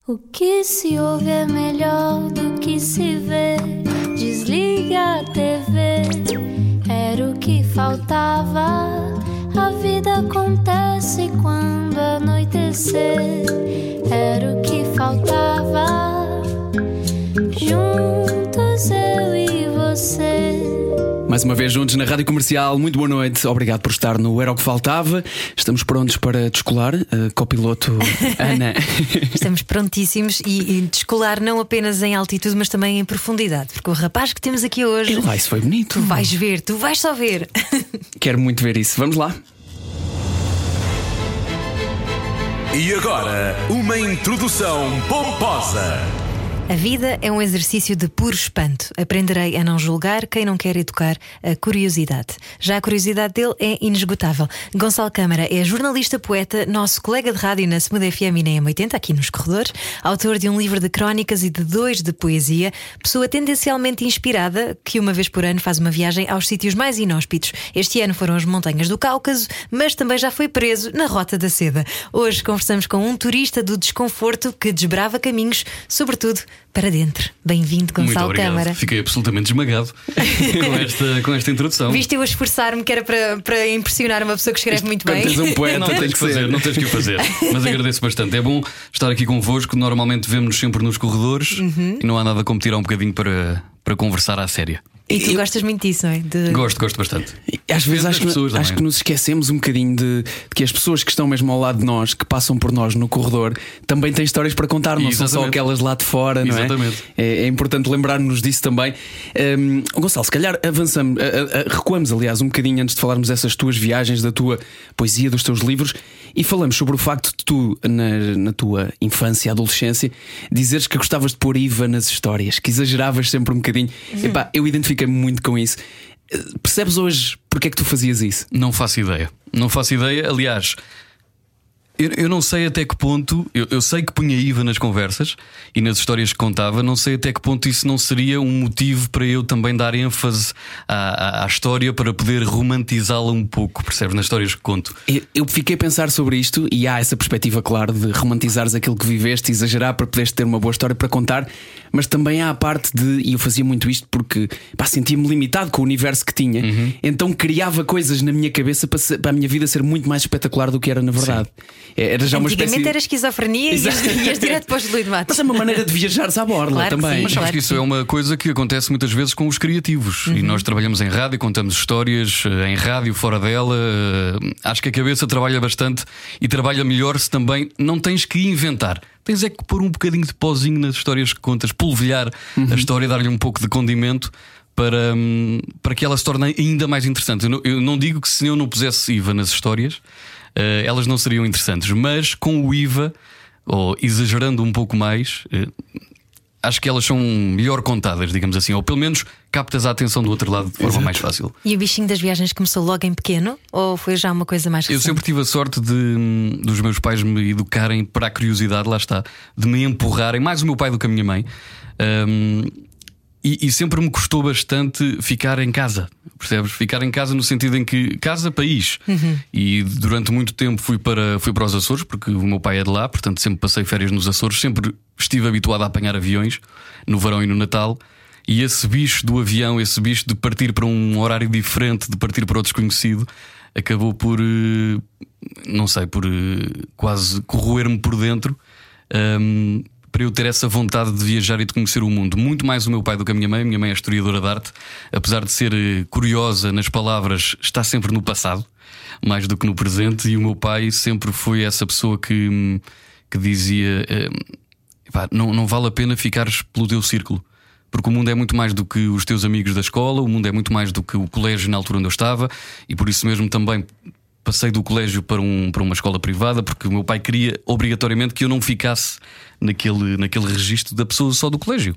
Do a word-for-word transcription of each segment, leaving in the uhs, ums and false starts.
O que se ouve é melhor do que se vê. Desliga a T V, era o que faltava. A vida acontece quando anoitecer, era o que faltava. Juntos eu e você. Mais uma vez juntos na Rádio Comercial. Muito boa noite, obrigado por estar no Era o que Faltava. Estamos prontos para descolar, uh, copiloto Ana. Estamos prontíssimos e, e descolar não apenas em altitude, mas também em profundidade. Porque o rapaz que temos aqui hoje, Ele, isso foi bonito. Tu vais ver, tu vais só ver. Quero muito ver isso, vamos lá. E agora, uma introdução pomposa. A vida é um exercício de puro espanto. Aprenderei a não julgar quem não quer educar a curiosidade. Já a curiosidade dele é inesgotável. Gonçalo Câmara é jornalista, poeta, nosso colega de rádio na Smooth F M e na M oitenta, aqui nos corredores, autor de um livro de crónicas e de dois de poesia, pessoa tendencialmente inspirada, que uma vez por ano faz uma viagem aos sítios mais inóspitos. Este ano foram as montanhas do Cáucaso, mas também já foi preso na Rota da Seda. Hoje conversamos com um turista do desconforto que desbrava caminhos, sobretudo para dentro. Bem-vindo, Gonçalo Câmara. Fiquei absolutamente esmagado com, esta, com esta introdução. Viste eu a esforçar-me que era para, para impressionar uma pessoa que escreve Isto, muito bem. Tens um poeta, não tens que fazer, não tens que o fazer. Mas agradeço bastante. É bom estar aqui convosco. Normalmente vemos-nos sempre nos corredores, uhum. E não há nada como tirar um bocadinho para, para conversar à séria. E tu eu... gostas muito disso, não é? De... Gosto, gosto bastante. Às vezes acho que, acho que nos esquecemos um bocadinho de, de que as pessoas que estão mesmo ao lado de nós, que passam por nós no corredor, também têm histórias para contar, não Exatamente. São só aquelas lá de fora, não Exatamente. é? É, é importante lembrar-nos disso também. um, Gonçalo, se calhar avançamos, a, a, a, recuamos aliás um bocadinho antes de falarmos dessas tuas viagens, da tua poesia, dos teus livros, e falamos sobre o facto de tu, na, na tua infância e adolescência, dizeres que gostavas de pôr I V A nas histórias, que exageravas sempre um bocadinho. Uhum. Epá, eu identifiquei-me muito com isso. Percebes hoje porque é que tu fazias isso? Não faço ideia. Não faço ideia. Aliás, eu, eu não sei até que ponto. Eu, eu sei que punha I V A nas conversas e nas histórias que contava. Não sei até que ponto isso não seria um motivo para eu também dar ênfase à, à, à história, para poder romantizá-la um pouco, percebes? Nas histórias que conto. Eu, eu fiquei a pensar sobre isto e há essa perspectiva, claro, de romantizares aquilo que viveste, exagerar para poderes ter uma boa história para contar. Mas também há a parte de, e eu fazia muito isto porque pá, sentia-me limitado com o universo que tinha, uhum. Então criava coisas na minha cabeça para, ser, para a minha vida ser muito mais espetacular do que era na verdade. Sim. Era já uma Antigamente espécie... era esquizofrenia e ias, ias direto para os Luís de Matos. Mas é uma maneira de viajares à borla, claro também. Sim, Mas sabes claro que isso é uma coisa que acontece muitas vezes com os criativos, uhum. E nós trabalhamos em rádio, contamos histórias em rádio, fora dela. Acho que a cabeça trabalha bastante e trabalha melhor se também não tens que inventar. Tens é que pôr um bocadinho de pozinho nas histórias que contas, polvilhar uhum. a história, dar-lhe um pouco de condimento para, para que ela se torne ainda mais interessante. Eu não, eu não digo que se eu não pusesse I V A nas histórias, uh, elas não seriam interessantes, mas com o I V A, ou exagerando um pouco mais, uh, acho que elas são melhor contadas, digamos assim, ou pelo menos captas a atenção do outro lado de forma Exato. Mais fácil. E o bichinho das viagens começou logo em pequeno? Ou foi já uma coisa mais recente? Eu sempre tive a sorte de dos meus pais me educarem para a curiosidade, lá está, de me empurrarem, mais o meu pai do que a minha mãe. um, e, e sempre me custou bastante ficar em casa, percebes? Ficar em casa no sentido em que casa, país. Uhum. E durante muito tempo fui para, fui para os Açores, porque o meu pai é de lá, portanto sempre passei férias nos Açores. Sempre estive habituado a apanhar aviões no verão e no Natal. E esse bicho do avião, esse bicho de partir para um horário diferente, de partir para o desconhecido, acabou por, não sei, por quase corroer-me por dentro, um, para eu ter essa vontade de viajar e de conhecer o mundo. Muito mais o meu pai do que a minha mãe. A minha mãe é historiadora de arte. Apesar de ser curiosa nas palavras, está sempre no passado, mais do que no presente. E o meu pai sempre foi essa pessoa que, que dizia: pá, não, não vale a pena ficares pelo teu círculo, porque o mundo é muito mais do que os teus amigos da escola, o mundo é muito mais do que o colégio na altura onde eu estava. E por isso mesmo também passei do colégio para, um, para uma escola privada, porque o meu pai queria obrigatoriamente que eu não ficasse naquele, naquele registro da pessoa só do colégio.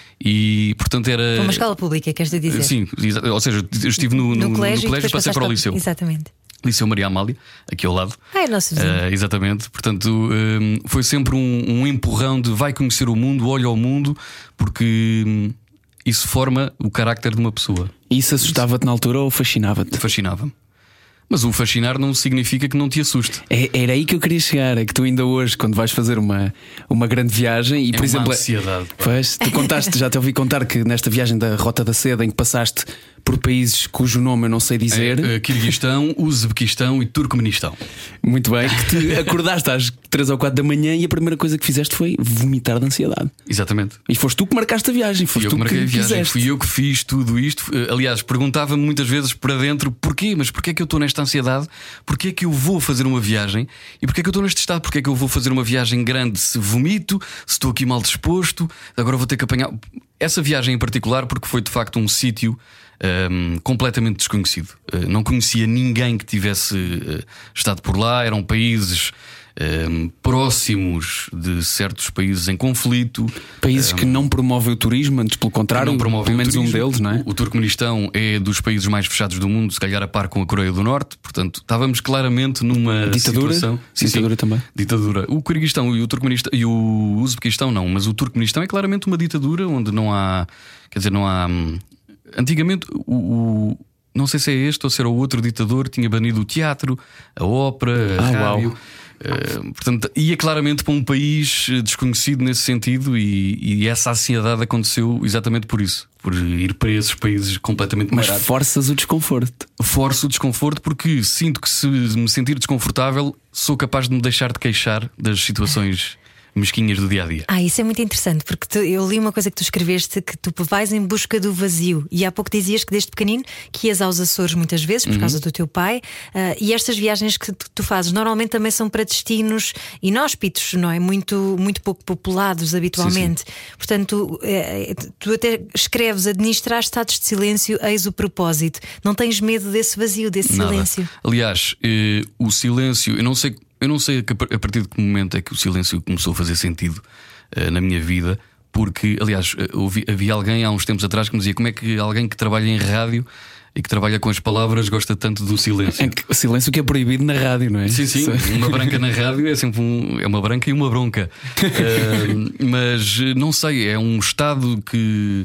E portanto era. Foi uma escola pública, queres dizer? Sim, ou seja, eu estive no, no, no colégio, no colégio, passei para o liceu. Exatamente. Liceu Maria Amália, aqui ao lado. Ah, é nosso vizinho. Uh, exatamente, portanto um, foi sempre um, um empurrão de vai conhecer o mundo, olha ao mundo, porque um, isso forma o carácter de uma pessoa. E isso assustava-te na altura ou fascinava-te? Fascinava-me. Mas o fascinar não significa que não te assuste. É, era aí que eu queria chegar. É que tu ainda hoje, quando vais fazer uma, uma grande viagem e, é por uma exemplo, ansiedade. Pois, tu contaste, já te ouvi contar que nesta viagem da Rota da Seda, em que passaste por países cujo nome eu não sei dizer, é, Quirguistão, Uzbequistão e Turcomenistão. Muito bem, que te acordaste às três ou quatro da manhã e a primeira coisa que fizeste foi vomitar de ansiedade. Exatamente. E foste tu que marcaste a viagem. Foste Fui eu tu que marquei que a viagem, fizeste. fui eu que fiz tudo isto. Aliás, perguntava-me muitas vezes para dentro porquê, mas porquê é que eu estou nesta ansiedade? Porquê é que eu vou fazer uma viagem? E porquê é que eu estou neste estado? Porquê é que eu vou fazer uma viagem grande se vomito, se estou aqui mal disposto, agora vou ter que apanhar. Essa viagem em particular, porque foi de facto um sítio um, completamente desconhecido. Uh, não conhecia ninguém que tivesse uh, estado por lá, eram países um, próximos de certos países em conflito. Países um, que não promovem o turismo, antes pelo contrário, não promovem pelo menos o turismo. um deles, não é? O, o Turcomenistão é dos países mais fechados do mundo, se calhar a par com a Coreia do Norte. Portanto, estávamos claramente numa ditadura, situação. Sim, ditadura sim, também. Ditadura. O Quirguistão e o Turcomenistão e o Uzbequistão não, mas o Turcomenistão é claramente uma ditadura onde não há, quer dizer, não há. Antigamente o, o não sei se é este ou se era o outro ditador, tinha banido o teatro, a ópera, a ah, rádio. Uau. Uh, portanto, ia claramente para um país desconhecido nesse sentido, e, e essa ansiedade aconteceu exatamente por isso, por ir para esses países completamente Mas marados. forças o desconforto. Forço o desconforto porque sinto que, se me sentir desconfortável, sou capaz de me deixar de queixar das situações mesquinhas do dia a dia. Ah, isso é muito interessante, porque tu, eu li uma coisa que tu escreveste, que tu vais em busca do vazio. E há pouco dizias que desde pequenino que ias aos Açores muitas vezes por uhum. causa do teu pai, uh, e estas viagens que tu, tu fazes normalmente também são para destinos inóspitos, não é? Muito, muito pouco populados habitualmente. Sim, sim. Portanto, é, tu até escreves: administrar estados de silêncio, eis o propósito. Não tens medo desse vazio, desse Nada. silêncio? Aliás, eh, o silêncio, eu não sei. Eu não sei a partir de que momento é que o silêncio começou a fazer sentido uh, na minha vida, porque, aliás, ouvi, havia alguém há uns tempos atrás que me dizia: como é que alguém que trabalha em rádio e que trabalha com as palavras gosta tanto do silêncio? É que, o silêncio que é proibido na rádio, não é? Sim, sim. Uma branca na rádio é sempre um, é uma branca e uma bronca. uh, mas não sei, é um estado que,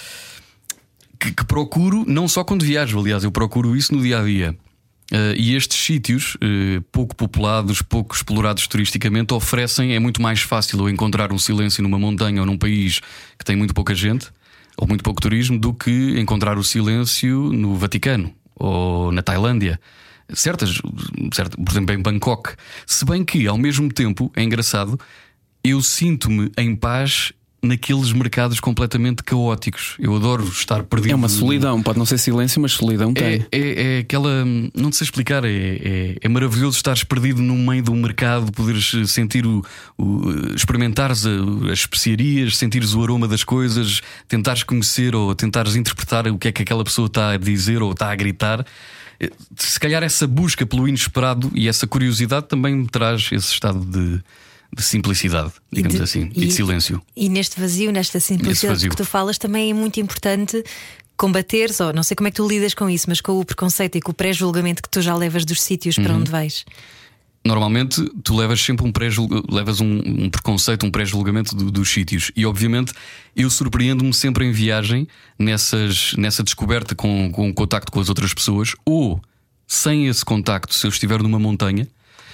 que, que procuro, não só quando viajo, aliás, eu procuro isso no dia a dia. Uh, e estes sítios uh, pouco populados, pouco explorados turisticamente, oferecem, é muito mais fácil eu encontrar um silêncio numa montanha ou num país que tem muito pouca gente ou muito pouco turismo do que encontrar o silêncio no Vaticano ou na Tailândia. Certas, certo, por exemplo, em Bangkok. Se bem que, ao mesmo tempo, é engraçado, eu sinto-me em paz naqueles mercados completamente caóticos. Eu adoro estar perdido. É uma solidão, pode não ser silêncio, mas solidão tem. É, é, é aquela. Não te sei explicar. É, é, é maravilhoso estares perdido no meio de um mercado, poderes sentir o. o experimentares a, as especiarias, sentires o aroma das coisas, tentares conhecer ou tentares interpretar o que é que aquela pessoa está a dizer ou está a gritar. Se calhar essa busca pelo inesperado e essa curiosidade também me traz esse estado de. de simplicidade, digamos e de, assim, e, e de silêncio. E neste vazio, nesta simplicidade que tu falas, também é muito importante combateres, ou não sei como é que tu lidas com isso, mas com o preconceito e com o pré-julgamento que tu já levas dos sítios uhum. para onde vais. Normalmente tu levas sempre um pré levas um, um preconceito, um pré-julgamento do, dos sítios. E obviamente eu surpreendo-me sempre em viagem nessas, nessa descoberta com, com o contacto com as outras pessoas, ou sem esse contacto, se eu estiver numa montanha.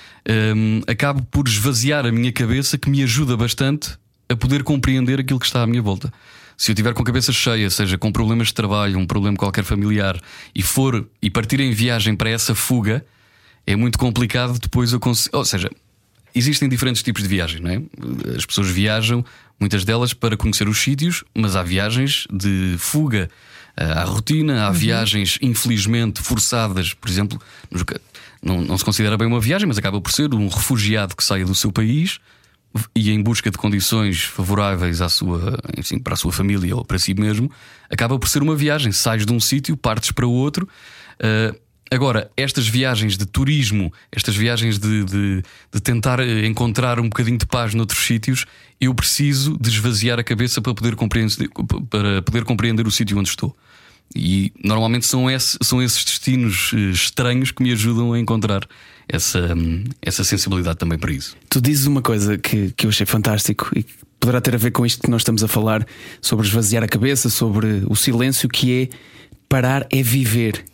Um, acabo por esvaziar a minha cabeça, que me ajuda bastante a poder compreender aquilo que está à minha volta. Se eu estiver com a cabeça cheia, seja com problemas de trabalho, um problema qualquer familiar, e for e partir em viagem para essa fuga, é muito complicado depois eu conseguir. Ou seja, existem diferentes tipos de viagem, não é? As pessoas viajam, muitas delas para conhecer os sítios, mas há viagens de fuga à rotina, há uhum. viagens infelizmente forçadas, por exemplo, nos... Não, não se considera bem uma viagem, mas acaba por ser um refugiado que saia do seu país e em busca de condições favoráveis à sua, enfim, para a sua família ou para si mesmo. Acaba por ser uma viagem. Sais de um sítio, partes para outro. uh, Agora, estas viagens de turismo, estas viagens de, de, de tentar encontrar um bocadinho de paz noutros sítios, eu preciso de esvaziar a cabeça para poder compreender, para poder compreender o sítio onde estou. E normalmente são, esse, são esses destinos estranhos que me ajudam a encontrar essa, essa sensibilidade também para isso. Tu dizes uma coisa que, que eu achei fantástico e que poderá ter a ver com isto que nós estamos a falar, sobre esvaziar a cabeça, sobre o silêncio, que é parar é viver.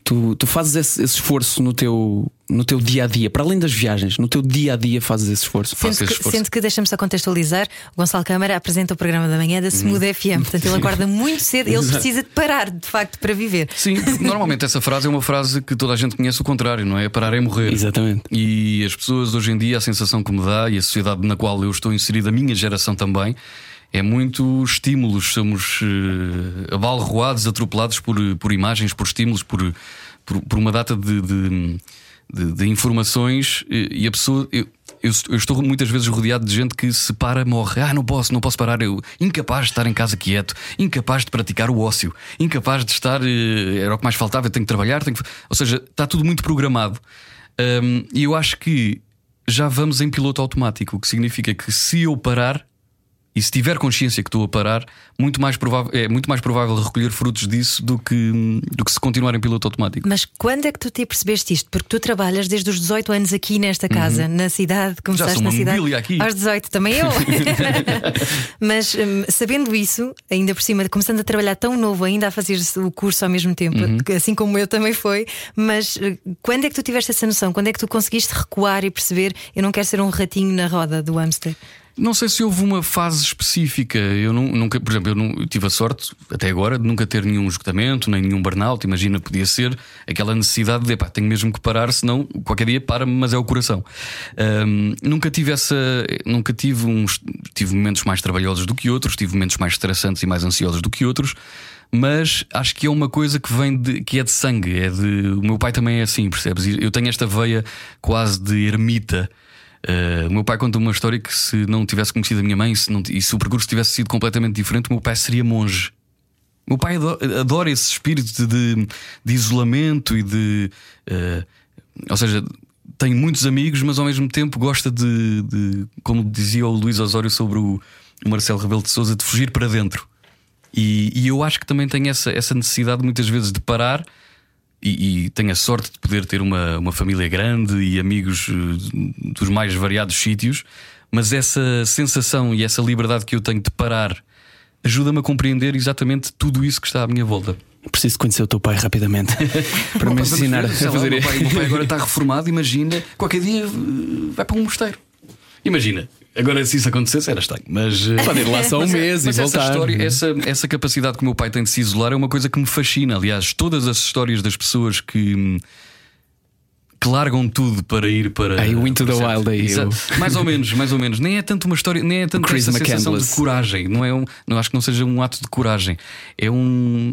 Tu, tu fazes esse, esse esforço no teu, no teu dia a dia, para além das viagens, no teu dia a dia fazes esse esforço. Sendo que, sendo que deixa-me só contextualizar, o Gonçalo Câmara apresenta o programa da manhã da Smooth hum. F M, portanto ele acorda muito cedo, ele precisa de parar de facto para viver. Sim, normalmente essa frase é uma frase que toda a gente conhece o contrário, não é? Parar é morrer. Exatamente. E as pessoas hoje em dia, a sensação que me dá, e a sociedade na qual eu estou inserido, a minha geração também, é muito estímulos. Somos uh, abalroados, atropelados por, por imagens, por estímulos, por, por, por uma data de, de, de, de informações. E a pessoa, eu, eu, eu estou muitas vezes rodeado de gente que se para, morre. Ah, não posso, não posso parar. Eu, incapaz de estar em casa quieto, incapaz de praticar o ócio, incapaz de estar. Uh, era o que mais faltava. Eu tenho que trabalhar, tenho que... Ou seja, está tudo muito programado. Um, e eu acho que já vamos em piloto automático, o que significa que se eu parar, e se tiver consciência que estou a parar, muito mais provável, é muito mais provável recolher frutos disso do que, do que se continuar em piloto automático. Mas quando é que tu te percebeste isto? Porque tu trabalhas desde os dezoito anos aqui nesta casa, uhum. na cidade, começaste Já sou na uma cidade mobília aqui. aos dezoito, também eu. Mas hum, sabendo isso, ainda por cima, começando a trabalhar tão novo, ainda a fazer o curso ao mesmo tempo, uhum. assim como eu também foi. Mas quando é que tu tiveste essa noção? Quando é que tu conseguiste recuar e perceber: eu não quero ser um ratinho na roda do hamster? Não sei se houve uma fase específica. Eu não, nunca, por exemplo, eu, não, eu tive a sorte até agora de nunca ter nenhum esgotamento, nem nenhum burnout. Imagina, podia ser aquela necessidade de pá, tenho mesmo que parar, senão qualquer dia para-me, mas é o coração. Um, nunca tive essa. Nunca tive uns. Tive momentos mais trabalhosos do que outros, tive momentos mais estressantes e mais ansiosos do que outros. Mas acho que é uma coisa que vem de, que é de sangue. É de, o meu pai também é assim, percebes? Eu tenho esta veia quase de ermita. Uh, o meu pai conta uma história que se não tivesse conhecido a minha mãe, se não, e se o percurso tivesse sido completamente diferente, o meu pai seria monge. O meu pai adora, adora esse espírito de, de isolamento e de uh, ou seja, tem muitos amigos, mas ao mesmo tempo gosta de, de como dizia o Luís Osório sobre o, o Marcelo Rebelo de Sousa, de fugir para dentro. E, e eu acho que também tenho essa, essa necessidade muitas vezes de parar. E, e tenho a sorte de poder ter uma, uma família grande e amigos uh, dos mais variados sítios, mas essa sensação e essa liberdade que eu tenho de parar ajuda-me a compreender exatamente tudo isso que está à minha volta. Preciso conhecer o teu pai rapidamente para me ensinar a fazer. O meu pai, meu pai agora está reformado. Imagina, qualquer dia vai para um mosteiro. Imagina. Agora, se isso acontecesse, era estranho. Mas pode ir lá só um mas, mês mas e essa voltar. História, essa, essa capacidade que o meu pai tem de se isolar é uma coisa que me fascina. Aliás, todas as histórias das pessoas que, que largam tudo para ir para. Aí, o Into the Wild aí. Eu... Mais ou menos, mais ou menos. Nem é tanto uma história, nem é tanto essa sensação de coragem. Não é um, não acho que não seja um ato de coragem. É um.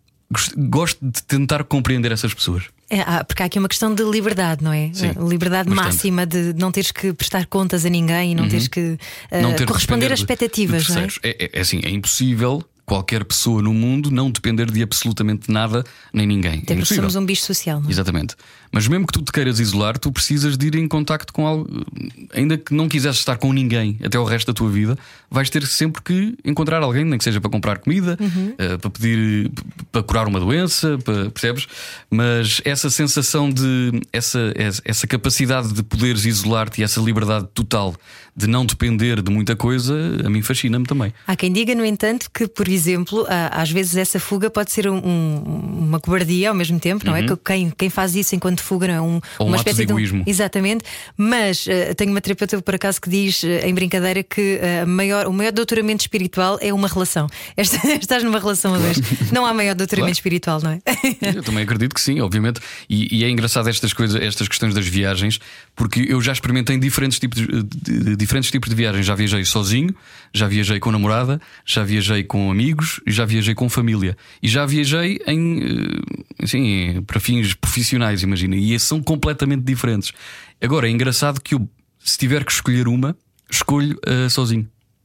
Gosto de tentar compreender essas pessoas. É, porque há aqui uma questão de liberdade, não é? Sim, liberdade bastante. Máxima de não teres que prestar contas a ninguém e não uhum. teres que uh, não ter corresponder às expectativas, de, de não é? É, é, é assim, é impossível qualquer pessoa no mundo não depender de absolutamente nada nem ninguém. Até é porque somos um bicho social, não é? Exatamente. Mas mesmo que tu te queiras isolar, tu precisas de ir em contacto com algo. Ainda que não quisesse estar com ninguém até o resto da tua vida, vais ter sempre que encontrar alguém, nem que seja para comprar comida, uhum. uh, para pedir, para curar uma doença, para, percebes? Mas essa sensação de essa, essa capacidade de poderes isolar-te e essa liberdade total de não depender de muita coisa, a mim fascina-me também. Há quem diga, no entanto, que, por exemplo, às vezes essa fuga pode ser um, uma cobardia ao mesmo tempo, não uhum. é? Que quem, quem faz isso enquanto fuga não é um, Ou uma um espécie ato de egoísmo. De um... Exatamente. Mas uh, tenho uma terapeuta, por acaso, que diz uh, em brincadeira que uh, maior, o maior doutoramento espiritual é uma relação. Esta, estás numa relação a dois. Não há maior doutoramento claro. Espiritual, não é? Eu também acredito que sim, obviamente. E, e é engraçado estas coisas, estas questões das viagens, porque eu já experimentei diferentes tipos de, de, de, diferentes tipos de viagens. Já viajei sozinho, já viajei com namorada, já viajei com amigos e já viajei com família. E já viajei em, assim, para fins profissionais, imagina. E esses são completamente diferentes. Agora, é engraçado que eu, se tiver que escolher uma, escolho uh, sozinho.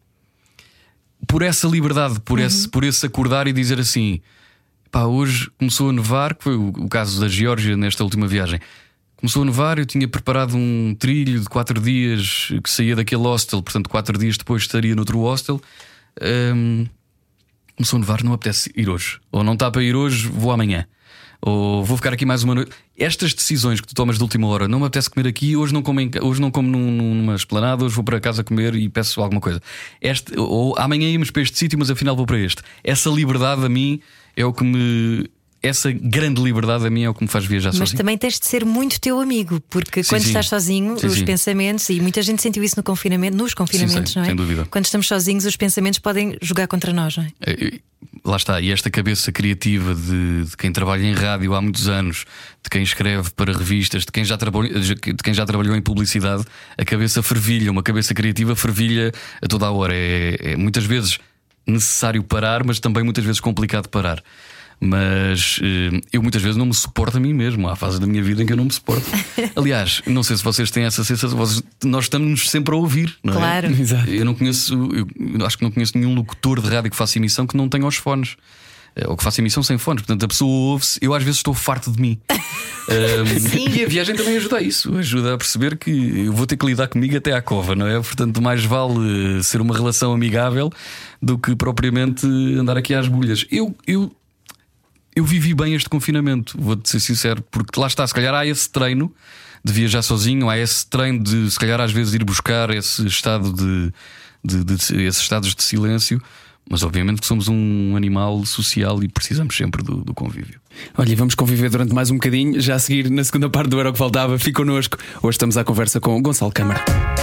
Por essa liberdade, por, uhum. esse, por esse acordar e dizer assim: pá, hoje começou a nevar, que foi o, o caso da Geórgia nesta última viagem. Começou a nevar, eu tinha preparado um trilho de quatro dias que saía daquele hostel, portanto, quatro dias depois estaria noutro hostel. Um, começou a nevar, não apetece ir hoje. Ou não está para ir hoje, vou amanhã. Ou vou ficar aqui mais uma noite. Estas decisões que tu tomas de última hora, não me apetece comer aqui, hoje não como, em, hoje não como num, numa esplanada, hoje vou para casa comer e peço alguma coisa. Este, ou amanhã íamos para este sítio, mas afinal vou para este. Essa liberdade a mim é o que me. essa grande liberdade a mim é o que me faz viajar Mas sozinho. também tens de ser muito teu amigo, porque Sim, quando sim. estás sozinho, Sim, os sim. pensamentos, e muita gente sentiu isso no confinamento, nos confinamentos, Sim, sim, não é? sem dúvida. Quando estamos sozinhos, os pensamentos podem jogar contra nós, não é? É, Lá está, e esta cabeça criativa de, de quem trabalha em rádio há muitos anos, de quem escreve para revistas, de quem, já trabalhou, de quem já trabalhou em publicidade, a cabeça fervilha, uma cabeça criativa fervilha a toda a hora. É, é muitas vezes necessário parar, mas também muitas vezes complicado parar. Mas eh, eu muitas vezes não me suporto a mim mesmo. Há fases da minha vida em que eu não me suporto. Aliás, não sei se vocês têm essa sensação, vocês, nós estamos sempre a ouvir, não é? Claro. Exato. Eu não conheço, eu acho que não conheço nenhum locutor de rádio que faça emissão que não tenha os fones. Eh, Ou que faça emissão sem fones. Portanto, a pessoa ouve-se. Eu às vezes estou farto de mim. Um, e a viagem também ajuda a isso. Ajuda a perceber que eu vou ter que lidar comigo até à cova, não é? Portanto, mais vale ser uma relação amigável do que propriamente andar aqui às bulhas. Eu. eu Eu vivi bem este confinamento, vou-te ser sincero, porque lá está, se calhar há esse treino de viajar sozinho, há esse treino de se calhar às vezes ir buscar esse estado de, de, de, de esses estados de silêncio, mas obviamente que somos um animal social e precisamos sempre do, do convívio. Olha, e vamos conviver durante mais um bocadinho. Já a seguir, na segunda parte do Era o que Faltava, fique connosco. Hoje estamos à conversa com o Gonçalo Câmara.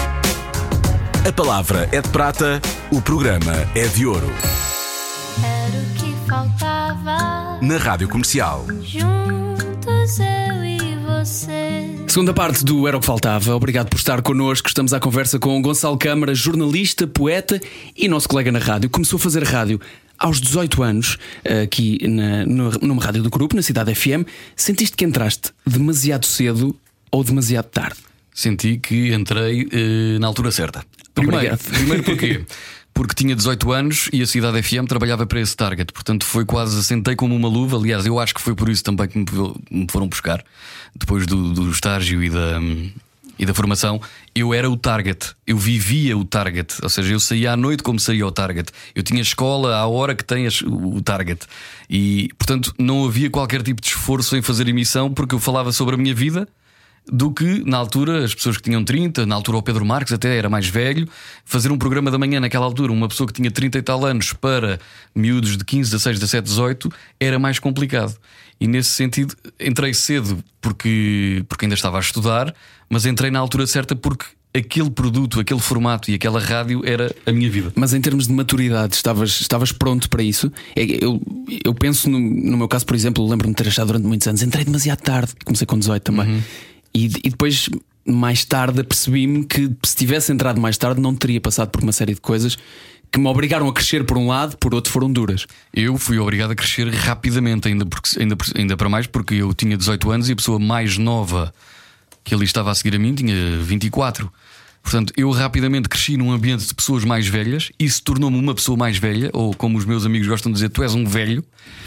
A palavra é de prata, o programa é de ouro. Era o que faltava. Na Rádio Comercial. Juntos eu e você. Segunda parte do Era o que Faltava. Obrigado por estar connosco. Estamos à conversa com o Gonçalo Câmara, jornalista, poeta e nosso colega na rádio. Começou a fazer rádio aos dezoito anos, aqui na, numa rádio do grupo, na Cidade F M. Sentiste que entraste demasiado cedo ou demasiado tarde? Senti que entrei eh, na altura certa. Primeiro, Obrigado. primeiro porquê? Porque tinha dezoito anos e a Cidade F M trabalhava para esse target. Portanto foi quase, assentei como uma luva. Aliás, eu acho que foi por isso também que me me foram buscar. Depois do, do estágio e da, e da formação, eu era o target. Eu vivia o target. Ou seja, eu saía à noite como saía o target. Eu tinha escola à hora que tem o target. E portanto não havia qualquer tipo de esforço em fazer emissão, porque eu falava sobre a minha vida, do que na altura as pessoas que tinham trinta, na altura o Pedro Marques até era mais velho. Fazer um programa da manhã naquela altura, uma pessoa que tinha trinta e tal anos para miúdos de quinze, dezasseis, dezassete, dezoito, era mais complicado. E nesse sentido entrei cedo porque, porque ainda estava a estudar, mas entrei na altura certa porque aquele produto, aquele formato e aquela rádio era a minha vida. Mas em termos de maturidade, estavas, estavas pronto para isso? Eu, eu penso no, no meu caso, por exemplo, lembro-me de ter achado durante muitos anos, entrei demasiado tarde, comecei com dezoito também. Uhum. E, e depois, mais tarde, apercebi-me que se tivesse entrado mais tarde, não teria passado por uma série de coisas que me obrigaram a crescer por um lado, por outro foram duras. Eu fui obrigado a crescer rapidamente, ainda, porque, ainda, ainda para mais, porque eu tinha dezoito anos e a pessoa mais nova que ali estava a seguir a mim tinha vinte e quatro. Portanto, eu rapidamente cresci num ambiente de pessoas mais velhas. Isso tornou-me uma pessoa mais velha, ou como os meus amigos gostam de dizer, tu és um velho.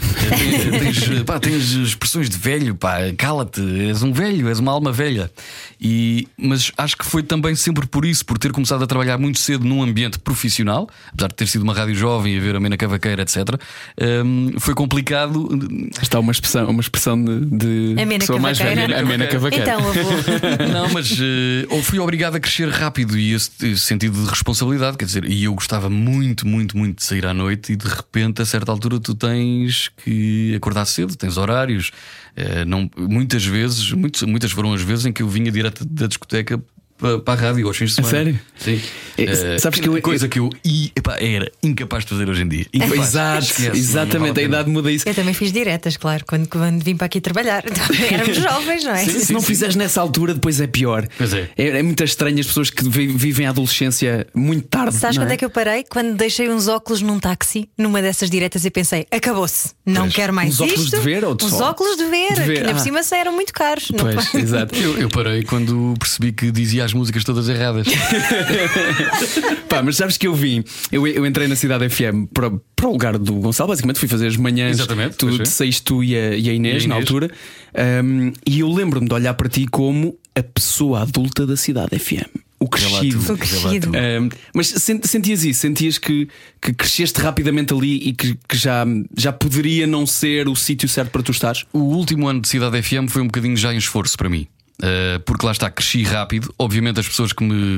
tens, tens, pá, tens expressões de velho, pá, cala-te, és um velho, és uma alma velha. E, mas acho que foi também sempre por isso, por ter começado a trabalhar muito cedo num ambiente profissional, apesar de ter sido uma rádio jovem e haver a Mena Cavaqueira, etcétera. Um, foi complicado. Está uma expressão, uma expressão de, de a Mena pessoa mais velha, a Mena Cavaqueira. Então, avô. Não, mas uh, ou fui obrigado a crescer rápido. Rápido e esse, esse sentido de responsabilidade, quer dizer, e eu gostava muito, muito, muito de sair à noite e de repente a certa altura tu tens que acordar cedo, tens horários. Uh, não, muitas vezes, muitas, muitas foram as vezes em que eu vinha direto da discoteca para, para a rádio aos fins de semana. Sério? Sim. É, uh, sabes que eu, coisa que eu e, epá, era incapaz de fazer hoje em dia. Incapaz. Exato, Esquece, exatamente, não, a idade muda isso. Eu também fiz diretas, claro, quando, quando vim para aqui trabalhar. Éramos jovens, não é? Sim, se não fizeres nessa altura, depois é pior. Pois é. É, é muito estranho as pessoas que vivem a adolescência muito tarde. Sabes não quando é? é que eu parei? Quando deixei uns óculos num táxi, numa dessas diretas, e pensei, acabou-se, não Pois. quero mais Uns óculos isto. de ver ou de Uns sol? óculos de ver, De ver, que ainda por ah. cima eram muito caros. Não Pois, pode- exato. Eu, eu parei quando percebi que dizia as músicas todas erradas. Pá, mas sabes que eu vim, eu, eu entrei na Cidade F M para, para o lugar do Gonçalo, basicamente fui fazer as manhãs. Exatamente, Tu pois é. saíste tu e a, e a Inês, E a na Inês. altura. Um, e eu lembro-me de olhar para ti como a pessoa adulta da Cidade F M. O crescido. tu, O crescido. Um, mas sen- sentias isso? Sentias que, que cresceste rapidamente ali e que, que já, já poderia não ser o sítio certo para tu estares? O último ano de Cidade F M foi um bocadinho já em esforço para mim. Uh, porque lá está, cresci rápido. Obviamente as pessoas que me,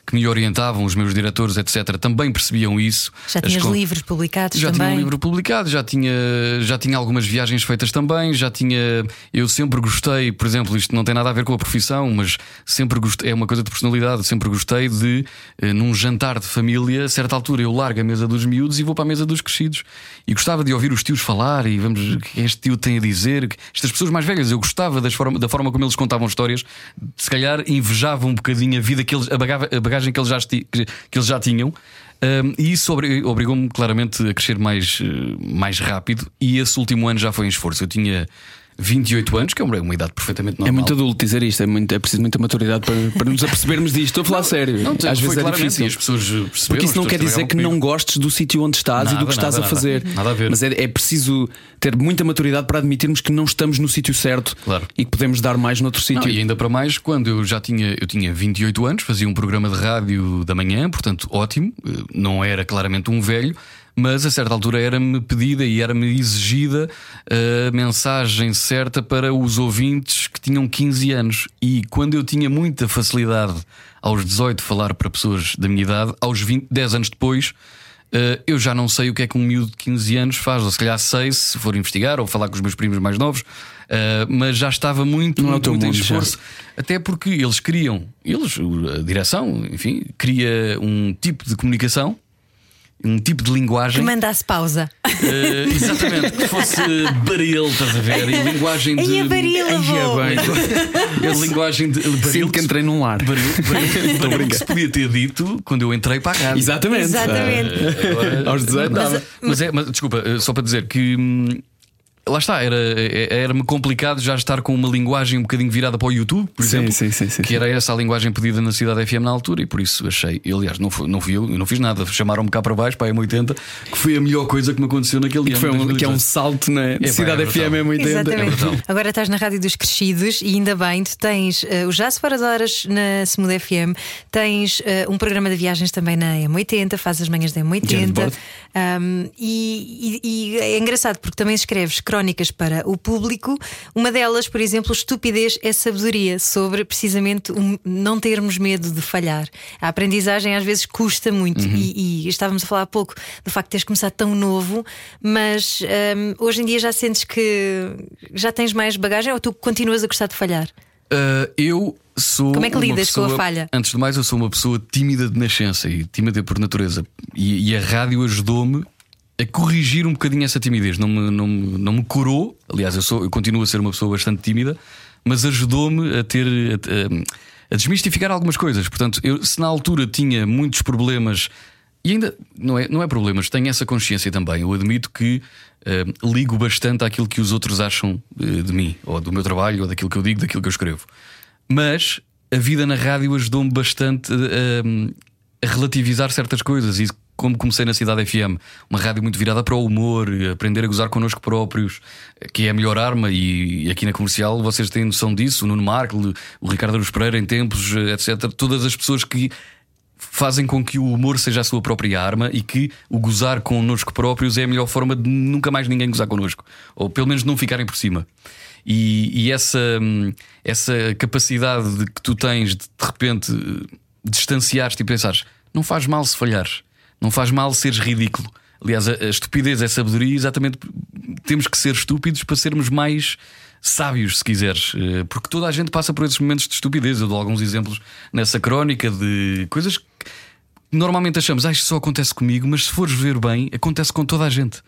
que me orientavam, os meus diretores, etcétera, também percebiam isso. Já tinhas As... livros publicados já também? Já tinha um livro publicado, já tinha, já tinha algumas viagens feitas também, já tinha. Eu sempre gostei, por exemplo, isto não tem nada a ver com a profissão, mas sempre gostei, é uma coisa de personalidade, sempre gostei de, num jantar de família, a certa altura eu largo a mesa dos miúdos e vou para a mesa dos crescidos. E gostava de ouvir os tios falar e vamos, o que este tio tem a dizer. Estas pessoas mais velhas, eu gostava das forma, da forma como eles contavam histórias. Se calhar invejava um bocadinho a vida que eles, a bagagem que eles já, que eles já tinham. Um, e isso obrigou-me claramente a crescer mais, mais rápido. E esse último ano já foi em esforço. Eu tinha vinte e oito anos, que é uma, uma idade perfeitamente normal. É muito adulto dizer isto, é, muito, é preciso muita maturidade para, para nos apercebermos disto. Estou a falar não, sério. Não, Às vezes é difícil. E as pessoas perceberam. Porque isso não quer dizer que comigo. não gostes do sítio onde estás nada, e do que estás nada, a fazer. Nada, nada a ver. Mas é, é preciso ter muita maturidade para admitirmos que não estamos no sítio certo, claro. E que podemos dar mais noutro sítio. E ainda para mais, quando eu já tinha, eu tinha vinte e oito anos, fazia um programa de rádio da manhã, portanto ótimo, não era claramente um velho. Mas a certa altura era-me pedida e era-me exigida a mensagem certa para os ouvintes que tinham quinze anos. E quando eu tinha muita facilidade aos dezoito falar para pessoas da minha idade, aos vinte, dez anos depois, eu já não sei o que é que um miúdo de quinze anos faz. Ou se calhar sei, se for investigar ou falar com os meus primos mais novos. Mas já estava muito, não muito, é muito em mundo, esforço. Já. Até porque eles queriam, eles, a direção, enfim, queria um tipo de comunicação, um tipo de linguagem que mandasse pausa. Uh, exatamente, que fosse baril, estás a ver? E linguagem de. Aí a baril, a linguagem de. Baril, sinto que entrei num lar. Baril, baril, baril que se podia ter dito quando eu entrei para a rádio. Exatamente. Exatamente. Uh, agora, aos dezoito, mas, mas, mas, é, mas desculpa, só para dizer que. Hum, lá está, era, era-me complicado já estar com uma linguagem um bocadinho virada para o YouTube, por sim, exemplo, sim, sim, sim, que era essa a linguagem pedida na Cidade F M na altura, e por isso achei, e, aliás, não fui, não fui eu, eu não fiz nada, chamaram-me cá para baixo, para a M oitenta, que foi a melhor coisa que me aconteceu naquele ano. Foi um, que é um salto na é, Cidade F M M oitenta. Exatamente. É agora estás na Rádio dos Crescidos e ainda bem, tu tens uh, o Já Se Fora de Horas na Smooth F M, tens uh, um programa de viagens também na M oitenta, fazes as manhãs da M oitenta. Um, e, e, e é engraçado porque também escreves crónicas para o público. Uma delas, por exemplo, Estupidez é Sabedoria, sobre precisamente um, não termos medo de falhar. A aprendizagem às vezes custa muito. Uhum. e, e estávamos a falar há pouco do facto de teres começado tão novo, mas um, hoje em dia já sentes que já tens mais bagagem ou tu continuas a gostar de falhar? Uh, eu sou. Como é que lidas pessoa, com a falha? Antes de mais, eu sou uma pessoa tímida de nascença e tímida por natureza. E, e a rádio ajudou-me a corrigir um bocadinho essa timidez. Não me, não, não me curou. Aliás, eu, sou, eu continuo a ser uma pessoa bastante tímida, mas ajudou-me a ter. A, a desmistificar algumas coisas. Portanto, eu, se na altura tinha muitos problemas, e ainda não é, não é problemas, tenho essa consciência também. Eu admito que uh, ligo bastante àquilo que os outros acham uh, de mim, ou do meu trabalho, ou daquilo que eu digo, daquilo que eu escrevo. Mas a vida na rádio ajudou-me bastante a, a relativizar certas coisas. E como comecei na Cidade F M, uma rádio muito virada para o humor, aprender a gozar connosco próprios, que é a melhor arma. E aqui na Comercial vocês têm noção disso. O Nuno Marco, o Ricardo Aruz Pereira em tempos, etcétera. Todas as pessoas que fazem com que o humor seja a sua própria arma e que o gozar connosco próprios é a melhor forma de nunca mais ninguém gozar connosco, ou pelo menos não ficarem por cima. E, e essa, essa capacidade de que tu tens de de repente distanciares-te e pensares, não faz mal se falhares, não faz mal seres ridículo. Aliás, a, a estupidez é sabedoria. Exatamente, temos que ser estúpidos para sermos mais sábios, se quiseres, porque toda a gente passa por esses momentos de estupidez. Eu dou alguns exemplos nessa crónica de coisas que normalmente achamos, ah, isto só acontece comigo, mas se fores ver bem, acontece com toda a gente.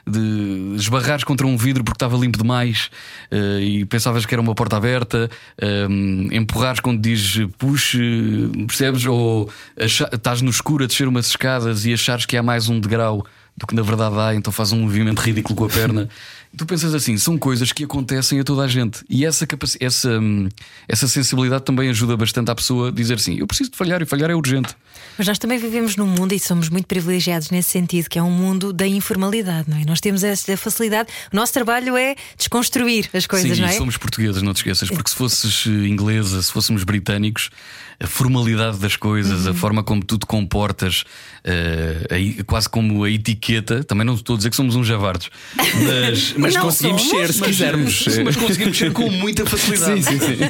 De esbarrares contra um vidro porque estava limpo demais uh, e pensavas que era uma porta aberta, um, empurrares quando dizes puxe, percebes? Ou achar, estás no escuro a descer umas escadas e achares que há mais um degrau do que na verdade há, então faz um movimento ridículo com a perna. Tu pensas assim, são coisas que acontecem a toda a gente. E essa, capac... essa, essa sensibilidade também ajuda bastante à pessoa a dizer assim, eu preciso de falhar e falhar é urgente. Mas nós também vivemos num mundo, e somos muito privilegiados nesse sentido, que é um mundo da informalidade, não é? Nós temos essa facilidade. O nosso trabalho é desconstruir as coisas, sim, não é? Sim, somos portugueses, não te esqueças. Porque se fosses inglesa, se fôssemos britânicos, a formalidade das coisas, uhum. a forma como tu te comportas, uh, a, quase como a etiqueta etiqueta. Também não estou a dizer que somos uns javardos, mas, Mas Não conseguimos somos, ser, se mas, quisermos. mas conseguimos ser com muita facilidade. Sim, sim, sim.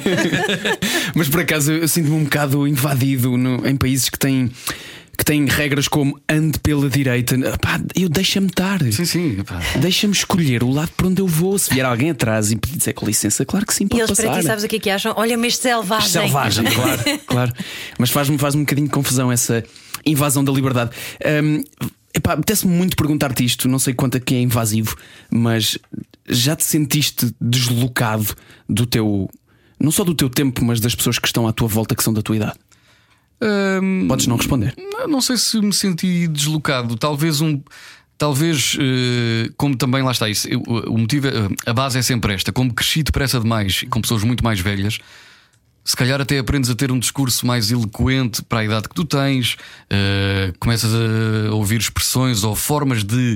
Mas por acaso eu sinto-me um bocado invadido no- em países que têm, que têm regras como ande pela direita. Pá, eu deixa-me estar. Sim, sim. Epá. Deixa-me escolher o lado por onde eu vou. Se vier alguém atrás e pedir dizer com licença, claro que sim, E pode eles para passar. ti, sabes o que é que acham? Olha-me este selvagem. Selvagem, claro, claro. Mas faz-me faz um bocadinho de confusão essa invasão da liberdade. Hum, epá, apetece-me muito perguntar-te isto. Não sei quanto é que é invasivo, mas já te sentiste deslocado do teu, não só do teu tempo, mas das pessoas que estão à tua volta, que são da tua idade? Hum, Podes não responder. Não, não sei se me senti deslocado. Talvez um. Talvez, eh, como também lá está isso, eu- o motivo, é- a base é sempre esta. Como cresci depressa demais com pessoas muito mais velhas, se calhar até aprendes a ter um discurso mais eloquente para a idade que tu tens, eh, começas a ouvir expressões ou formas de.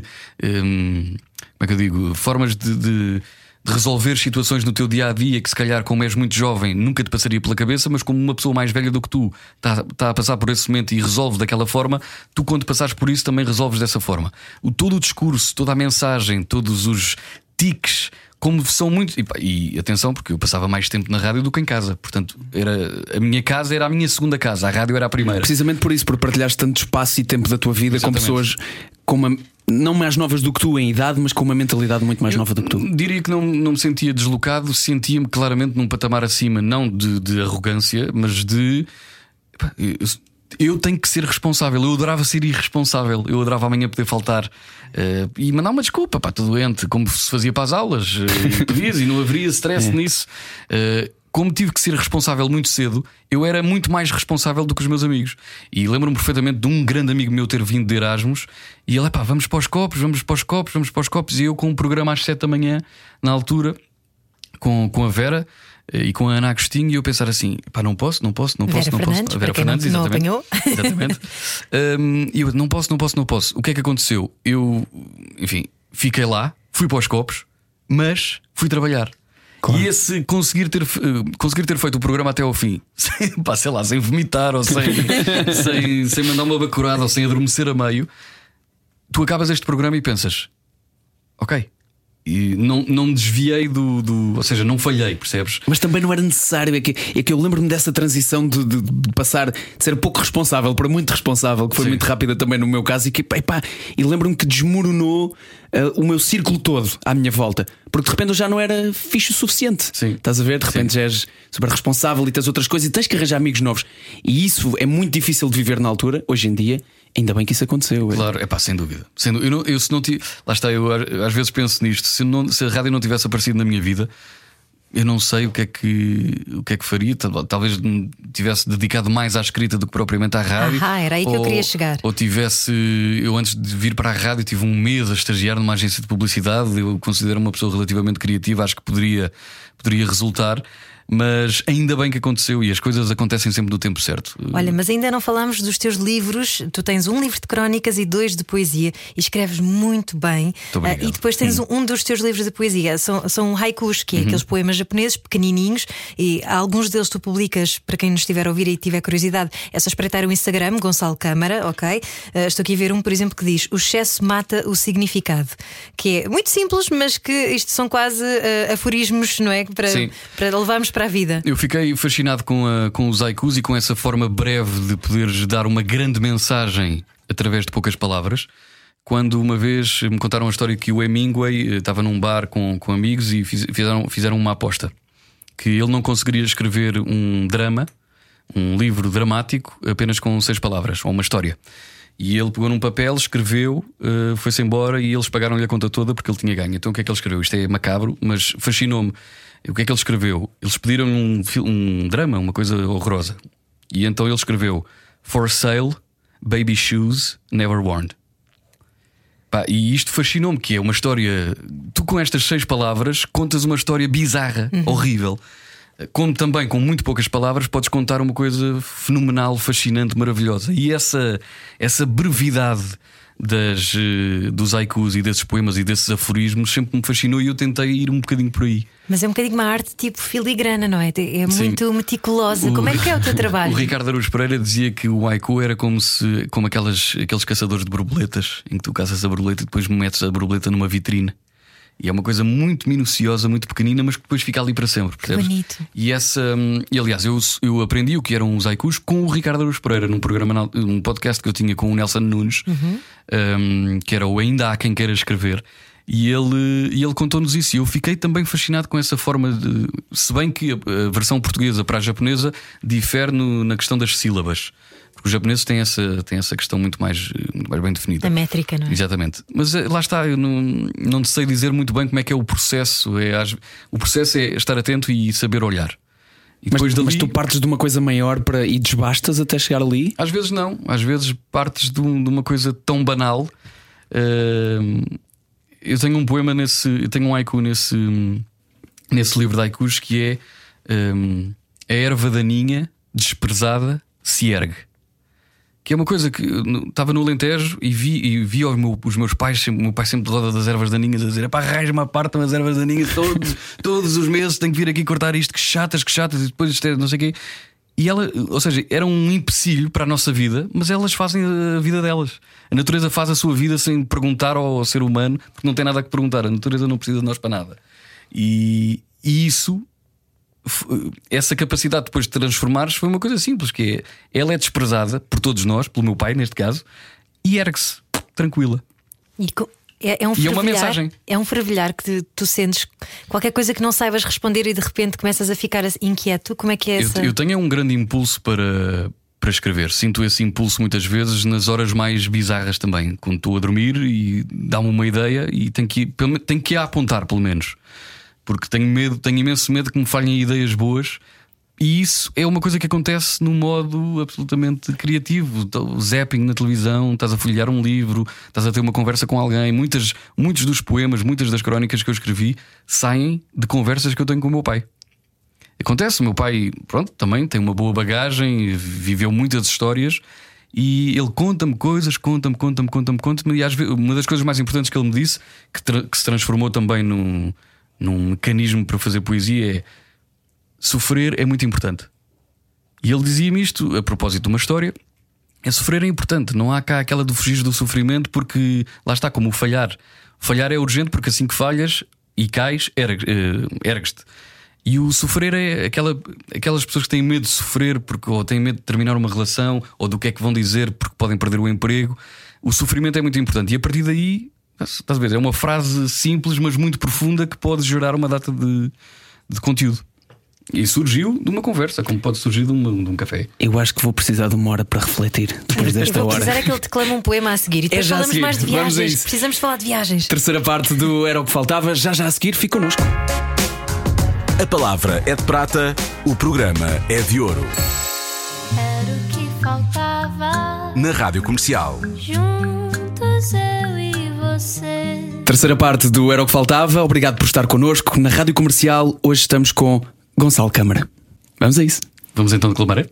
hum, como é que eu digo? Formas de. de de resolver situações no teu dia a dia que, se calhar, como és muito jovem, nunca te passaria pela cabeça, mas como uma pessoa mais velha do que tu está, está a passar por esse momento e resolve daquela forma, tu, quando passares por isso, também resolves dessa forma. O, todo o discurso, toda a mensagem, todos os tiques, como são muito. E, pá, e atenção, porque eu passava mais tempo na rádio do que em casa, portanto, era, a minha casa era a minha segunda casa, a rádio era a primeira. Precisamente por isso, por partilhares tanto espaço e tempo da tua vida com Exatamente. pessoas com uma, não mais novas do que tu em idade, mas com uma mentalidade muito mais nova do que tu. Diria que não, não me sentia deslocado, sentia-me claramente num patamar acima, não de, de arrogância, mas de. Epá, eu, eu tenho que ser responsável. Eu adorava ser irresponsável. Eu adorava amanhã poder faltar uh, e mandar uma desculpa, pá, estou doente, como se fazia para as aulas, uh, e pedias e não haveria stress É. nisso. Uh, Como tive que ser responsável muito cedo, eu era muito mais responsável do que os meus amigos. E lembro-me perfeitamente de um grande amigo meu ter vindo de Erasmus e ele, pá, vamos para os copos, vamos para os copos, vamos para os copos. E eu com um programa às sete da manhã, na altura, com, com a Vera e com a Ana Agostinho, e eu pensar assim: pá, não posso, não posso, não posso, Vera não Fernandes, posso. A Vera para quem não- Fernandes, não exatamente. apanhou. Exatamente. Um, E eu, não posso, não posso, não posso. O que é que aconteceu? Eu, enfim, fiquei lá, fui para os copos, mas fui trabalhar. Claro. E esse conseguir ter, uh, conseguir ter feito o programa até ao fim, sem, pá, sei lá, sem vomitar ou sem, sem, sem mandar uma bacurada ou sem adormecer a meio, tu acabas este programa e pensas: ok. E não, não me desviei do, do. Ou seja, não falhei, percebes? Mas também não era necessário. É que, é que eu lembro-me dessa transição de, de- de passar de ser pouco responsável para muito responsável, que foi Sim. muito rápida também no meu caso. E, que, pá, epá, e lembro-me que desmoronou ah, o meu círculo todo à minha volta, porque de repente eu já não era fixe o suficiente. Sim. Estás a ver? De repente Sim. já és super responsável e tens outras coisas e tens que arranjar amigos novos. E isso é muito difícil de viver na altura. Hoje em dia, ainda bem que isso aconteceu. Claro, é pá, sem dúvida. Sem dú- eu, não, eu se não tive. Lá está, eu às vezes penso nisto. Se, não, se a rádio não tivesse aparecido na minha vida, eu não sei o que é que, o que, é que faria. Tal- Talvez me tivesse dedicado mais à escrita do que propriamente à rádio. Ah, era aí que eu queria chegar. Ou tivesse. Eu, antes de vir para a rádio, tive um mês a estagiar numa agência de publicidade. Eu considero uma pessoa relativamente criativa, acho que poderia, poderia resultar. Mas ainda bem que aconteceu e as coisas acontecem sempre no tempo certo. Olha, mas ainda não falámos dos teus livros. Tu tens um livro de crónicas e dois de poesia e escreves muito bem. obrigado. Ah, e depois tens um, um dos teus livros de poesia. São, são haikus, que é Uhum. aqueles poemas japoneses pequenininhos. E alguns deles tu publicas, para quem nos estiver a ouvir e tiver curiosidade, é só espreitar o Instagram, Gonçalo Câmara, ok? Ah, estou aqui a ver um, por exemplo, que diz: o excesso mata o significado. Que é muito simples, mas que isto são quase ah, aforismos, não é? Para, Sim. para levarmos para a vida. Eu fiquei fascinado com, a, com os haikus e com essa forma breve de poderes dar uma grande mensagem através de poucas palavras. Quando uma vez me contaram a história que o Hemingway eh, estava num bar com, com amigos e fiz- fizeram, fizeram uma aposta que ele não conseguiria escrever um drama, um livro dramático, apenas com seis palavras, ou uma história. E ele pegou num papel, escreveu, eh, foi-se embora e eles pagaram-lhe a conta toda porque ele tinha ganho. Então o que é que ele escreveu? Isto é macabro, mas fascinou-me. O que é que ele escreveu? Eles pediram um, fi- um drama, uma coisa horrorosa. E então ele escreveu: For sale, baby shoes never worn. Pá, e isto fascinou-me, que é uma história. Tu com estas seis palavras contas uma história bizarra, horrível. como também com muito poucas palavras podes contar uma coisa fenomenal, fascinante, maravilhosa. E essa, essa brevidade das, dos haikus e desses poemas e desses aforismos sempre me fascinou e eu tentei ir um bocadinho por aí. Mas é um bocadinho uma arte tipo filigrana, não é? É muito Sim. meticulosa. O, Como é que é o teu trabalho? O Ricardo Araújo Pereira dizia que o haiku era como se como aquelas, aqueles caçadores de borboletas, em que tu caças a borboleta e depois metes a borboleta numa vitrine. E é uma coisa muito minuciosa, muito pequenina, mas que depois fica ali para sempre, percebes? Bonito. E essa, e aliás, eu, eu aprendi o que eram os haikus com o Ricardo Araújo Pereira, num programa, um podcast que eu tinha com o Nelson Nunes, uhum. um, que era o Ainda Há Quem Queira Escrever. E ele, e ele contou-nos isso. E eu fiquei também fascinado com essa forma de. Se bem que a, a versão portuguesa para a japonesa difere no, na questão das sílabas. Porque os japoneses têm essa, têm essa questão muito mais, muito mais bem definida. A métrica, não é? Exatamente. Mas lá está, eu não, não sei dizer muito bem como é que é o processo. É, o processo é estar atento e saber olhar. E mas, dali, mas tu partes de uma coisa maior para, e desbastas até chegar ali? Às vezes não. Às vezes partes de, um, de uma coisa tão banal. Uh, eu tenho um poema nesse. Eu tenho um haiku nesse, nesse livro de haikus que é um, a erva daninha desprezada se ergue. Que é uma coisa que estava no Alentejo e vi, e vi os, meu, os meus pais, sempre, o meu pai sempre de roda das ervas daninhas a dizer: pá, arranja-me a parte das ervas daninhas todos, todos os meses, tenho que vir aqui cortar isto, que chatas, que chatas, e depois isto é não sei o quê. E ela, ou seja, era um empecilho para a nossa vida, mas elas fazem a vida delas. A natureza faz a sua vida sem perguntar ao ser humano, porque não tem nada a que perguntar. A natureza não precisa de nós para nada. E, e isso. Essa capacidade depois de transformar-se foi uma coisa simples, que é, ela é desprezada por todos nós, pelo meu pai neste caso, e ergue-se tranquila. E é, é um e é uma mensagem. É um fervilhar que tu sentes qualquer coisa que não saibas responder e de repente começas a ficar inquieto. Como é que é essa? Eu, eu tenho um grande impulso para, para escrever. Sinto esse impulso muitas vezes nas horas mais bizarras também, quando estou a dormir e dá-me uma ideia e tenho que, tenho que a apontar pelo menos. Porque tenho medo, tenho imenso medo que me falhem ideias boas. E isso é uma coisa que acontece num modo absolutamente criativo. O zapping na televisão, estás a folhear um livro, estás a ter uma conversa com alguém. Muitas, muitos dos poemas, muitas das crónicas que eu escrevi saem de conversas que eu tenho com o meu pai. Acontece, o meu pai, pronto, também tem uma boa bagagem, viveu muitas histórias. E ele conta-me coisas, conta-me, conta-me, conta-me, conta-me. E às vezes, uma das coisas mais importantes que ele me disse, que, tra- que se transformou também num... num mecanismo para fazer poesia, é: sofrer é muito importante. E ele dizia-me isto a propósito de uma história: é sofrer é importante. Não há cá aquela do fugir do sofrimento, porque lá está, como o falhar. Falhar é urgente, porque assim que falhas e cais, ergues-te. E o sofrer é aquela, aquelas pessoas que têm medo de sofrer porque, ou têm medo de terminar uma relação, ou do que é que vão dizer porque podem perder o emprego. O sofrimento é muito importante. E a partir daí, estás a ver, é uma frase simples, mas muito profunda, que pode gerar uma data de, de conteúdo. E surgiu de uma conversa, como pode surgir de um, de um café. Eu acho que vou precisar de uma hora para refletir depois desta hora. Vou precisar hora. é que ele declame um poema a seguir. E depois é falamos seguir. mais de viagens. Precisamos falar de viagens. Terceira parte do Era o que Faltava, já já a seguir, fique connosco. A palavra é de prata, o programa é de ouro. Era o que faltava. Na Rádio Comercial. Juntos eu e você. Terceira parte do Era o que Faltava. Obrigado por estar connosco na Rádio Comercial. Hoje estamos com Gonçalo Câmara. Vamos a isso. Vamos então declamar?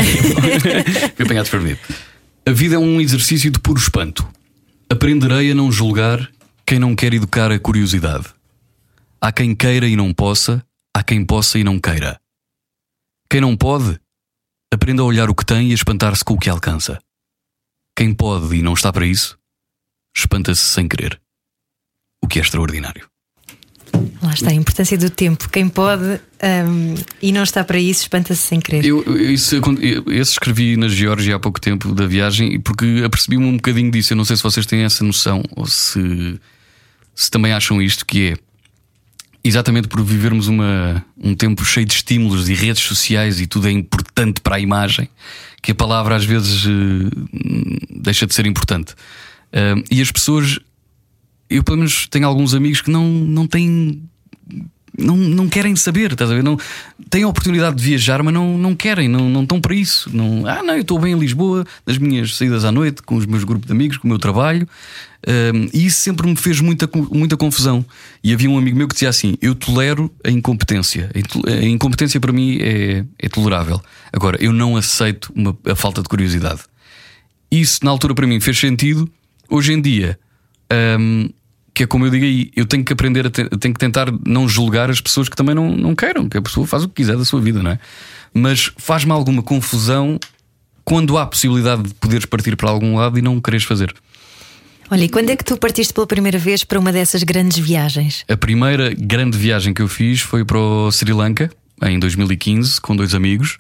Fui apanhado desprevenido. A vida é um exercício de puro espanto. Aprenderei a não julgar quem não quer educar a curiosidade. Há quem queira e não possa, há quem possa e não queira. Quem não pode, aprenda a olhar o que tem e a espantar-se com o que alcança. Quem pode e não está para isso, espanta-se sem querer. O que é extraordinário. Lá está a importância do tempo. Quem pode um, e não está para isso, espanta-se sem querer. Eu, eu, isso, eu, eu escrevi na Geórgia há pouco tempo da viagem, porque apercebi-me um bocadinho disso. Eu não sei se vocês têm essa noção ou se, se também acham isto, que é exatamente por vivermos uma, um tempo cheio de estímulos e redes sociais e tudo é importante para a imagem, que a palavra às vezes uh, deixa de ser importante. Uh, e as pessoas, eu pelo menos tenho alguns amigos que não, não têm não, não querem saber, estás a ver? Não, têm a oportunidade de viajar, mas não, não querem, não, não estão para isso. Não, ah, não, eu estou bem em Lisboa, nas minhas saídas à noite, com os meus grupos de amigos, com o meu trabalho. Um, e isso sempre me fez muita, muita confusão. E havia um amigo meu que dizia assim: eu tolero a incompetência. A incompetência para mim é, é tolerável. Agora, eu não aceito uma, a falta de curiosidade. Isso na altura para mim fez sentido. Hoje em dia, um, que é como eu digo aí, eu tenho que aprender a te, tenho que tentar não julgar as pessoas que também não, não queiram, que a pessoa faz o que quiser da sua vida, não é? Mas faz-me alguma confusão quando há possibilidade de poderes partir para algum lado e não quereres fazer. Olha, e quando é que tu partiste pela primeira vez para uma dessas grandes viagens? A primeira grande viagem que eu fiz foi para o Sri Lanka, em dois mil e quinze, com dois amigos.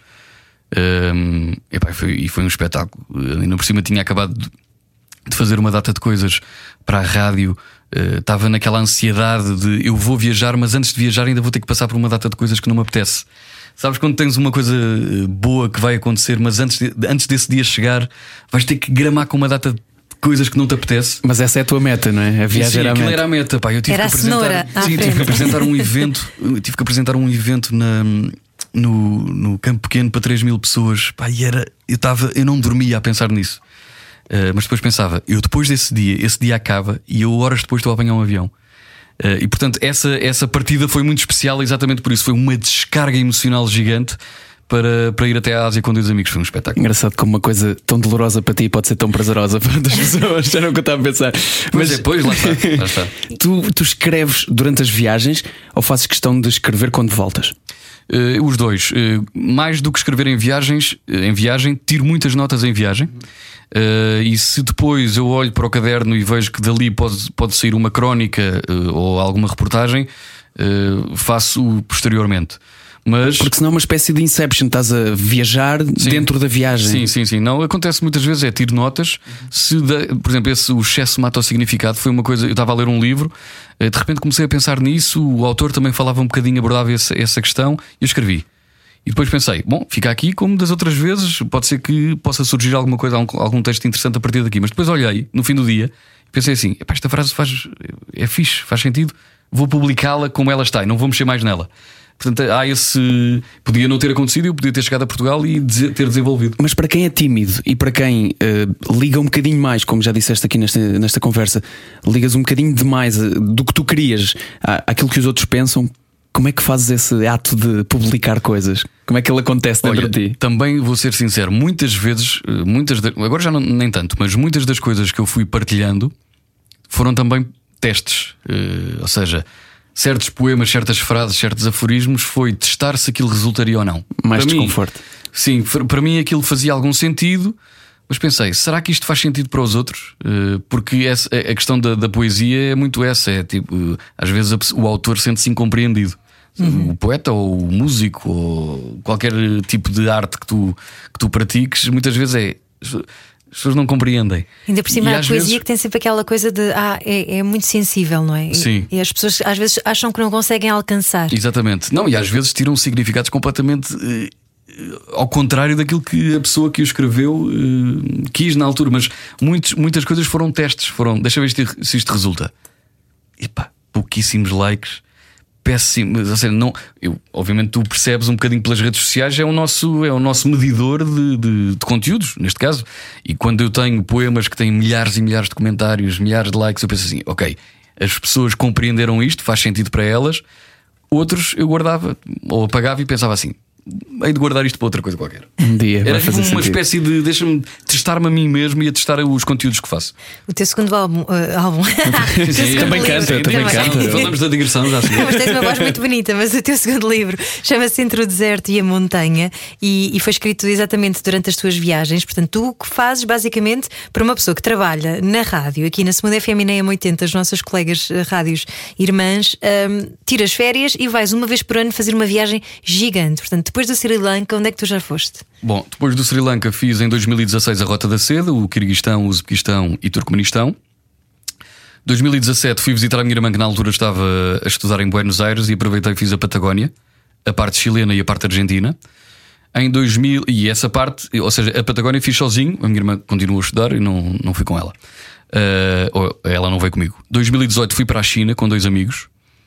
Um, epá, foi, e foi um espetáculo. Ainda por cima tinha acabado de fazer uma data de coisas para a rádio. Uh, estava naquela ansiedade de eu vou viajar, mas antes de viajar ainda vou ter que passar por uma data de coisas que não me apetece. Sabes quando tens uma coisa boa que vai acontecer, mas antes, de, antes desse dia chegar vais ter que gramar com uma data de coisas que não te apetece. Mas essa é a tua meta, não é? A viagem sim, era a meta. Era a meta, pá. Eu tive era que a cenoura apresentar, sim, tive que apresentar um evento. Tive que apresentar um evento na, no, no Campo Pequeno para três mil pessoas. Pá, e era, eu, tava, eu não dormia a pensar nisso. Uh, mas depois pensava, eu depois desse dia, esse dia acaba e eu horas depois estou a apanhar um avião. Uh, e portanto essa, essa partida foi muito especial exatamente por isso. Foi uma descarga emocional gigante para, para ir até à Ásia com dois amigos. Foi um espetáculo. Engraçado como uma coisa tão dolorosa para ti pode ser tão prazerosa para outras pessoas. Já não que eu estava a pensar. Mas depois, lá está, lá está. Tu, tu escreves durante as viagens ou fazes questão de escrever quando voltas? Uh, os dois. Uh, mais do que escrever em viagens, em viagem, tiro muitas notas em viagem. Uh, e se depois eu olho para o caderno e vejo que dali pode, pode sair uma crónica uh, ou alguma reportagem, uh, faço posteriormente. Mas... Porque senão é uma espécie de Inception, estás a viajar sim. dentro da viagem. Sim, sim, sim. Não, acontece muitas vezes, é tiro notas. Se da, por exemplo, esse O Excesso Mata o Significado foi uma coisa. Eu estava a ler um livro, de repente comecei a pensar nisso. O autor também falava um bocadinho, abordava essa, essa questão, e eu escrevi. E depois pensei, bom, fica aqui como das outras vezes, pode ser que possa surgir alguma coisa, algum, algum texto interessante a partir daqui. Mas depois olhei no fim do dia e pensei assim: esta frase faz, é fixe, faz sentido, vou publicá-la como ela está e não vou mexer mais nela. Portanto, há esse. Podia não ter acontecido, eu podia ter chegado a Portugal e ter desenvolvido. Mas para quem é tímido e para quem uh, liga um bocadinho mais, como já disseste aqui nesta, nesta conversa, ligas um bocadinho demais do que tu querias à, àquilo que os outros pensam, como é que fazes esse ato de publicar coisas? Como é que ele acontece dentro Olha, de ti? Também vou ser sincero, muitas vezes, muitas de... agora já não, nem tanto, mas muitas das coisas que eu fui partilhando foram também testes. Uh, ou seja, certos poemas, certas frases, certos aforismos, foi testar se aquilo resultaria ou não. Mais para desconforto. Mim, sim, para mim aquilo fazia algum sentido, mas pensei, será que isto faz sentido para os outros? Uh, porque essa, a questão da, da poesia é muito essa. É tipo, uh, às vezes a, o autor sente-se incompreendido. Uhum. O poeta ou o músico ou qualquer tipo de arte que tu, que tu pratiques, muitas vezes é. As pessoas não compreendem. Ainda por cima, e a poesia vezes... que tem sempre aquela coisa de ah, é, é muito sensível, não é? Sim. E, e as pessoas às vezes acham que não conseguem alcançar. Exatamente. Não, e às vezes tiram significados completamente uh, ao contrário daquilo que a pessoa que o escreveu uh, quis na altura. Mas muitos, muitas coisas foram testes. Foram, deixa ver se isto resulta. E pá, pouquíssimos likes. Péssimo, ou seja, não, eu, obviamente tu percebes um bocadinho pelas redes sociais, é o nosso, é o nosso medidor de, de, de conteúdos, neste caso. E quando eu tenho poemas que têm milhares e milhares de comentários, milhares de likes, eu penso assim, ok, as pessoas compreenderam isto, faz sentido para elas. Outros eu guardava ou apagava e pensava assim, hei de guardar isto para outra coisa qualquer. Um dia era vai tipo fazer uma sentido. espécie de deixa-me testar-me a mim mesmo e a testar os conteúdos que faço. O teu segundo álbum, uh, álbum. Sim, também canta, também canta. Falamos da digressão já. Mas tens uma voz muito bonita. Mas o teu segundo livro chama-se Entre o Deserto e a Montanha e, e foi escrito exatamente durante as tuas viagens. Portanto, tu o que fazes basicamente para uma pessoa que trabalha na rádio, aqui na Smooth F M e na M oitenta, as nossas colegas rádios irmãs, um, tiras férias e vais uma vez por ano fazer uma viagem gigante. Portanto, depois do Sri Lanka, onde é que tu já foste? Bom, depois do Sri Lanka fiz em dois mil e dezasseis a Rota da Seda, o Quirguistão, o Uzbequistão e Turcomenistão. dois mil e dezassete fui visitar a minha irmã que na altura estava a estudar em Buenos Aires e aproveitei e fiz a Patagónia, a parte chilena e a parte argentina. Em dois mil, e essa parte, ou seja, a Patagónia fiz sozinho, a minha irmã continuou a estudar e não, não fui com ela. Uh, ou ela não veio comigo. dois mil e dezoito fui para a China com dois amigos.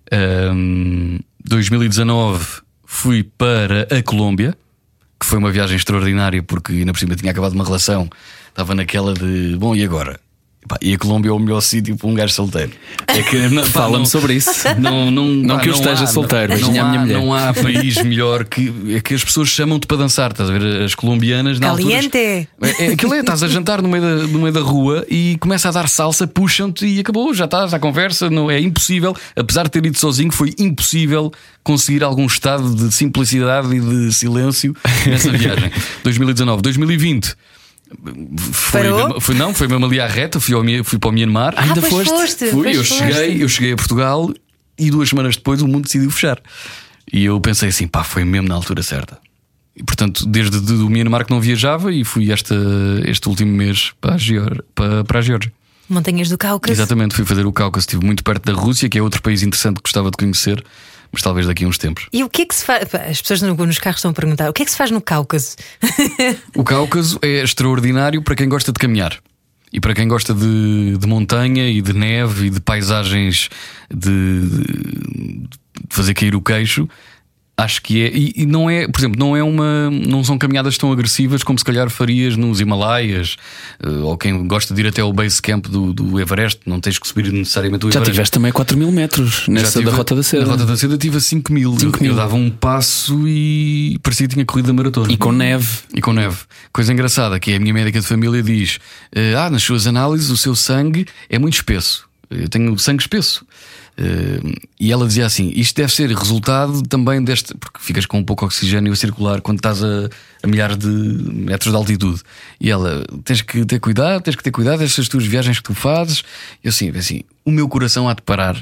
Um, dois mil e dezanove fui para a Colômbia, que foi uma viagem extraordinária, porque ainda por cima tinha acabado uma relação, estava naquela de bom, e agora? E a Colômbia é o melhor sítio para um gajo solteiro. É que fala-me sobre isso. Não, não, não pá, que eu não esteja há, solteiro, não, mas não, a minha há, mulher. não há país melhor que, é que as pessoas chamam-te para dançar. Estás a ver? As colombianas na altura. Caliente! É, é, aquilo é, estás a jantar no meio, da, no meio da rua e começa a dar salsa, puxam-te e acabou, já estás à conversa. Não, é impossível, apesar de ter ido sozinho, foi impossível conseguir algum estado de simplicidade e de silêncio nessa viagem. dois mil e dezanove, dois mil e vinte. Foi, Parou? foi, não, foi mesmo ali à reta. Fui, ao, fui para o Myanmar. Ah, Ainda pois foste? foste, Fui, pois eu foste. cheguei, eu cheguei a Portugal e duas semanas depois o mundo decidiu fechar. E eu pensei assim, pá, foi mesmo na altura certa. E portanto, desde o Myanmar que não viajava e fui esta, este último mês para a, Geor, para, para a Geórgia. Montanhas do Cáucaso. Exatamente, fui fazer o Cáucaso. Estive muito perto da Rússia, que é outro país interessante que gostava de conhecer, mas talvez daqui a uns tempos. E o que é que se faz? As pessoas nos carros estão a perguntar: o que é que se faz no Cáucaso? O Cáucaso é extraordinário para quem gosta de caminhar. E para quem gosta de, de montanha e de neve e de paisagens de, de fazer cair o queixo, acho que é. E, e não é, por exemplo, não é uma. Não são caminhadas tão agressivas como se calhar farias nos Himalaias, ou quem gosta de ir até ao base camp do, do Everest. Não tens que subir necessariamente o Já Everest. tiveste também quatro mil metros nessa tive, da Rota da Seda. Na Rota da Seda tive a cinco mil. cinco mil. Eu dava um passo e parecia que tinha corrido a maratona. E com neve. E com neve. Coisa engraçada que é a minha médica de família diz: ah, nas suas análises o seu sangue é muito espesso. Eu tenho sangue espesso. Uh, e ela dizia assim: isto deve ser resultado também deste, porque ficas com um pouco de oxigênio a circular quando estás a, a milhares de metros de altitude. E ela: tens que ter cuidado, tens que ter cuidado destas tuas viagens que tu fazes. E eu assim, assim, o meu coração há de parar,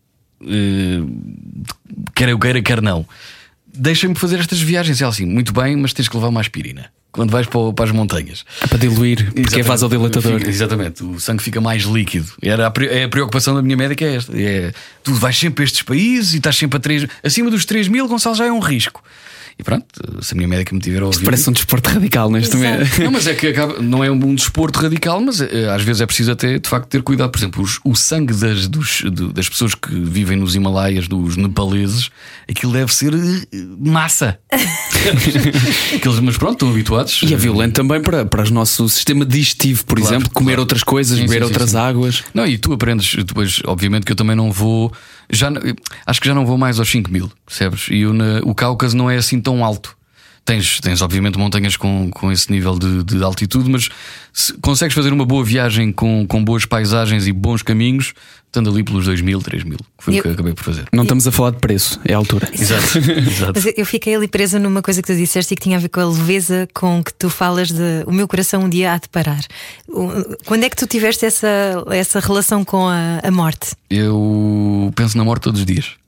uh, quer eu queira, quer não. Deixa-me fazer estas viagens. E ela assim: muito bem, mas tens que levar uma aspirina quando vais para, para as montanhas. É para diluir, porque Exatamente. é vasodilatador. Fica, exatamente, o sangue fica mais líquido. Era a, pre- é a preocupação da minha médica é esta: é, tu vais sempre a estes países e estás sempre a três, acima dos três mil, Gonçalo, já é um risco. E pronto, se a minha médica me tiver a ouvir. Parece um desporto radical neste momento. Não, mas é que acaba, não é um desporto radical, mas é, às vezes é preciso até de facto ter cuidado. Por exemplo, os, o sangue das, dos, do, das pessoas que vivem nos Himalaias, dos nepaleses, aquilo deve ser massa. Aqueles, mas pronto, estão habituados. E é violento também para, para o nosso sistema digestivo, por Claro, exemplo, comer claro. outras coisas, Sim, beber sim, sim, outras sim. águas. Não, e tu aprendes depois, obviamente que eu também não vou. Já, acho que já não vou mais aos cinco mil, percebes? E eu na, o Cáucaso não é assim tão alto. Tens, tens obviamente montanhas com, com esse nível de, de altitude, mas se consegues fazer uma boa viagem com, com boas paisagens e bons caminhos, estando ali pelos dois mil, três mil, que foi Eu- o que eu acabei por fazer. Não estamos a falar de preço, é a altura. Exato, exato. Mas eu fiquei ali presa numa coisa que tu disseste e que tinha a ver com a leveza com que tu falas de o meu coração um dia há de parar. O- Quando é que tu tiveste essa, essa relação com a, a morte? Eu penso na morte todos os dias.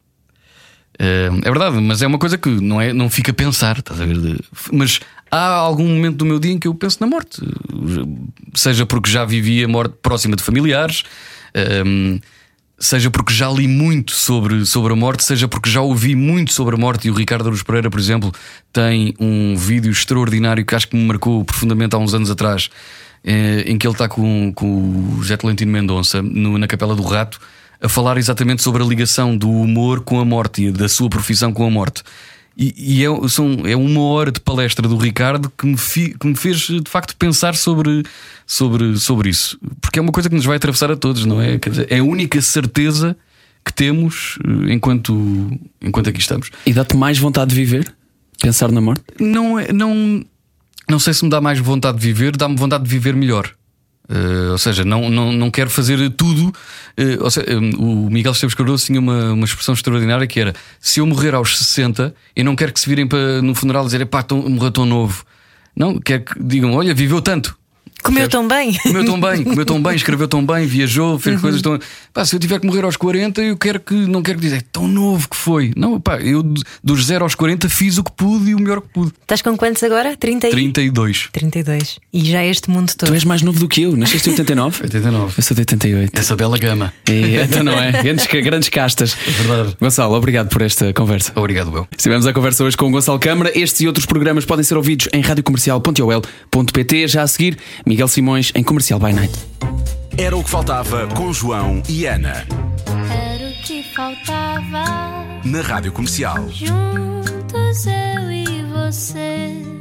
É, é verdade, mas é uma coisa que não, é, não fica a pensar, estás a ver? De- Mas há algum momento do meu dia em que eu penso na morte, seja porque já vivi a morte próxima de familiares, ehm, seja porque já li muito sobre, sobre a morte, seja porque já ouvi muito sobre a morte. E o Ricardo Aruz Pereira, por exemplo, tem um vídeo extraordinário que acho que me marcou profundamente há uns anos atrás, eh, em que ele está com, com o José Tolentino Mendonça no, na Capela do Rato, a falar exatamente sobre a ligação do humor com a morte e da sua profissão com a morte. E, e é, são, é uma hora de palestra do Ricardo que me, fi, que me fez de facto pensar sobre, sobre, sobre isso, porque é uma coisa que nos vai atravessar a todos, não é? Quer dizer, é a única certeza que temos eh, enquanto, enquanto aqui estamos. E dá-te mais vontade de viver? Pensar na morte? Não, é- não, não sei se me dá mais vontade de viver, dá-me vontade de viver melhor. Uh, ou seja, não, não, não quero fazer tudo. Uh, ou seja, um, o Miguel Esteves Cardoso tinha uma, uma expressão extraordinária que era: se eu morrer aos sessenta, eu não quero que se virem para, no funeral dizer epá, tão, morreu tão novo. Não, quero que digam: olha, viveu tanto. Comeu tão bem. Comeu tão bem, comeu tão bem, escreveu tão bem, viajou, fez coisas tão. Pá, se eu tiver que morrer aos quarenta, eu quero que. Não quero que dizer, é tão novo que foi. Não, pá, eu dos zero aos quarenta fiz o que pude e o melhor que pude. Estás com quantos agora? trinta e... trinta e dois. trinta e dois. E já é este mundo todo. Tu és mais novo do que eu, nasceste em oitenta e nove? oitenta e nove. Eu sou de oitenta e oito. Essa bela gama. E, então não é? Grandes, grandes castas. É verdade. Gonçalo, obrigado por esta conversa. Obrigado, eu. Estivemos a conversa hoje com o Gonçalo Câmara. Estes e outros programas podem ser ouvidos em radiocomercial ponto ol ponto pt. Já a seguir, Miguel Simões em Comercial by Night. Era o que faltava com João e Ana. Era o que faltava. Na Rádio Comercial. Juntos eu e você.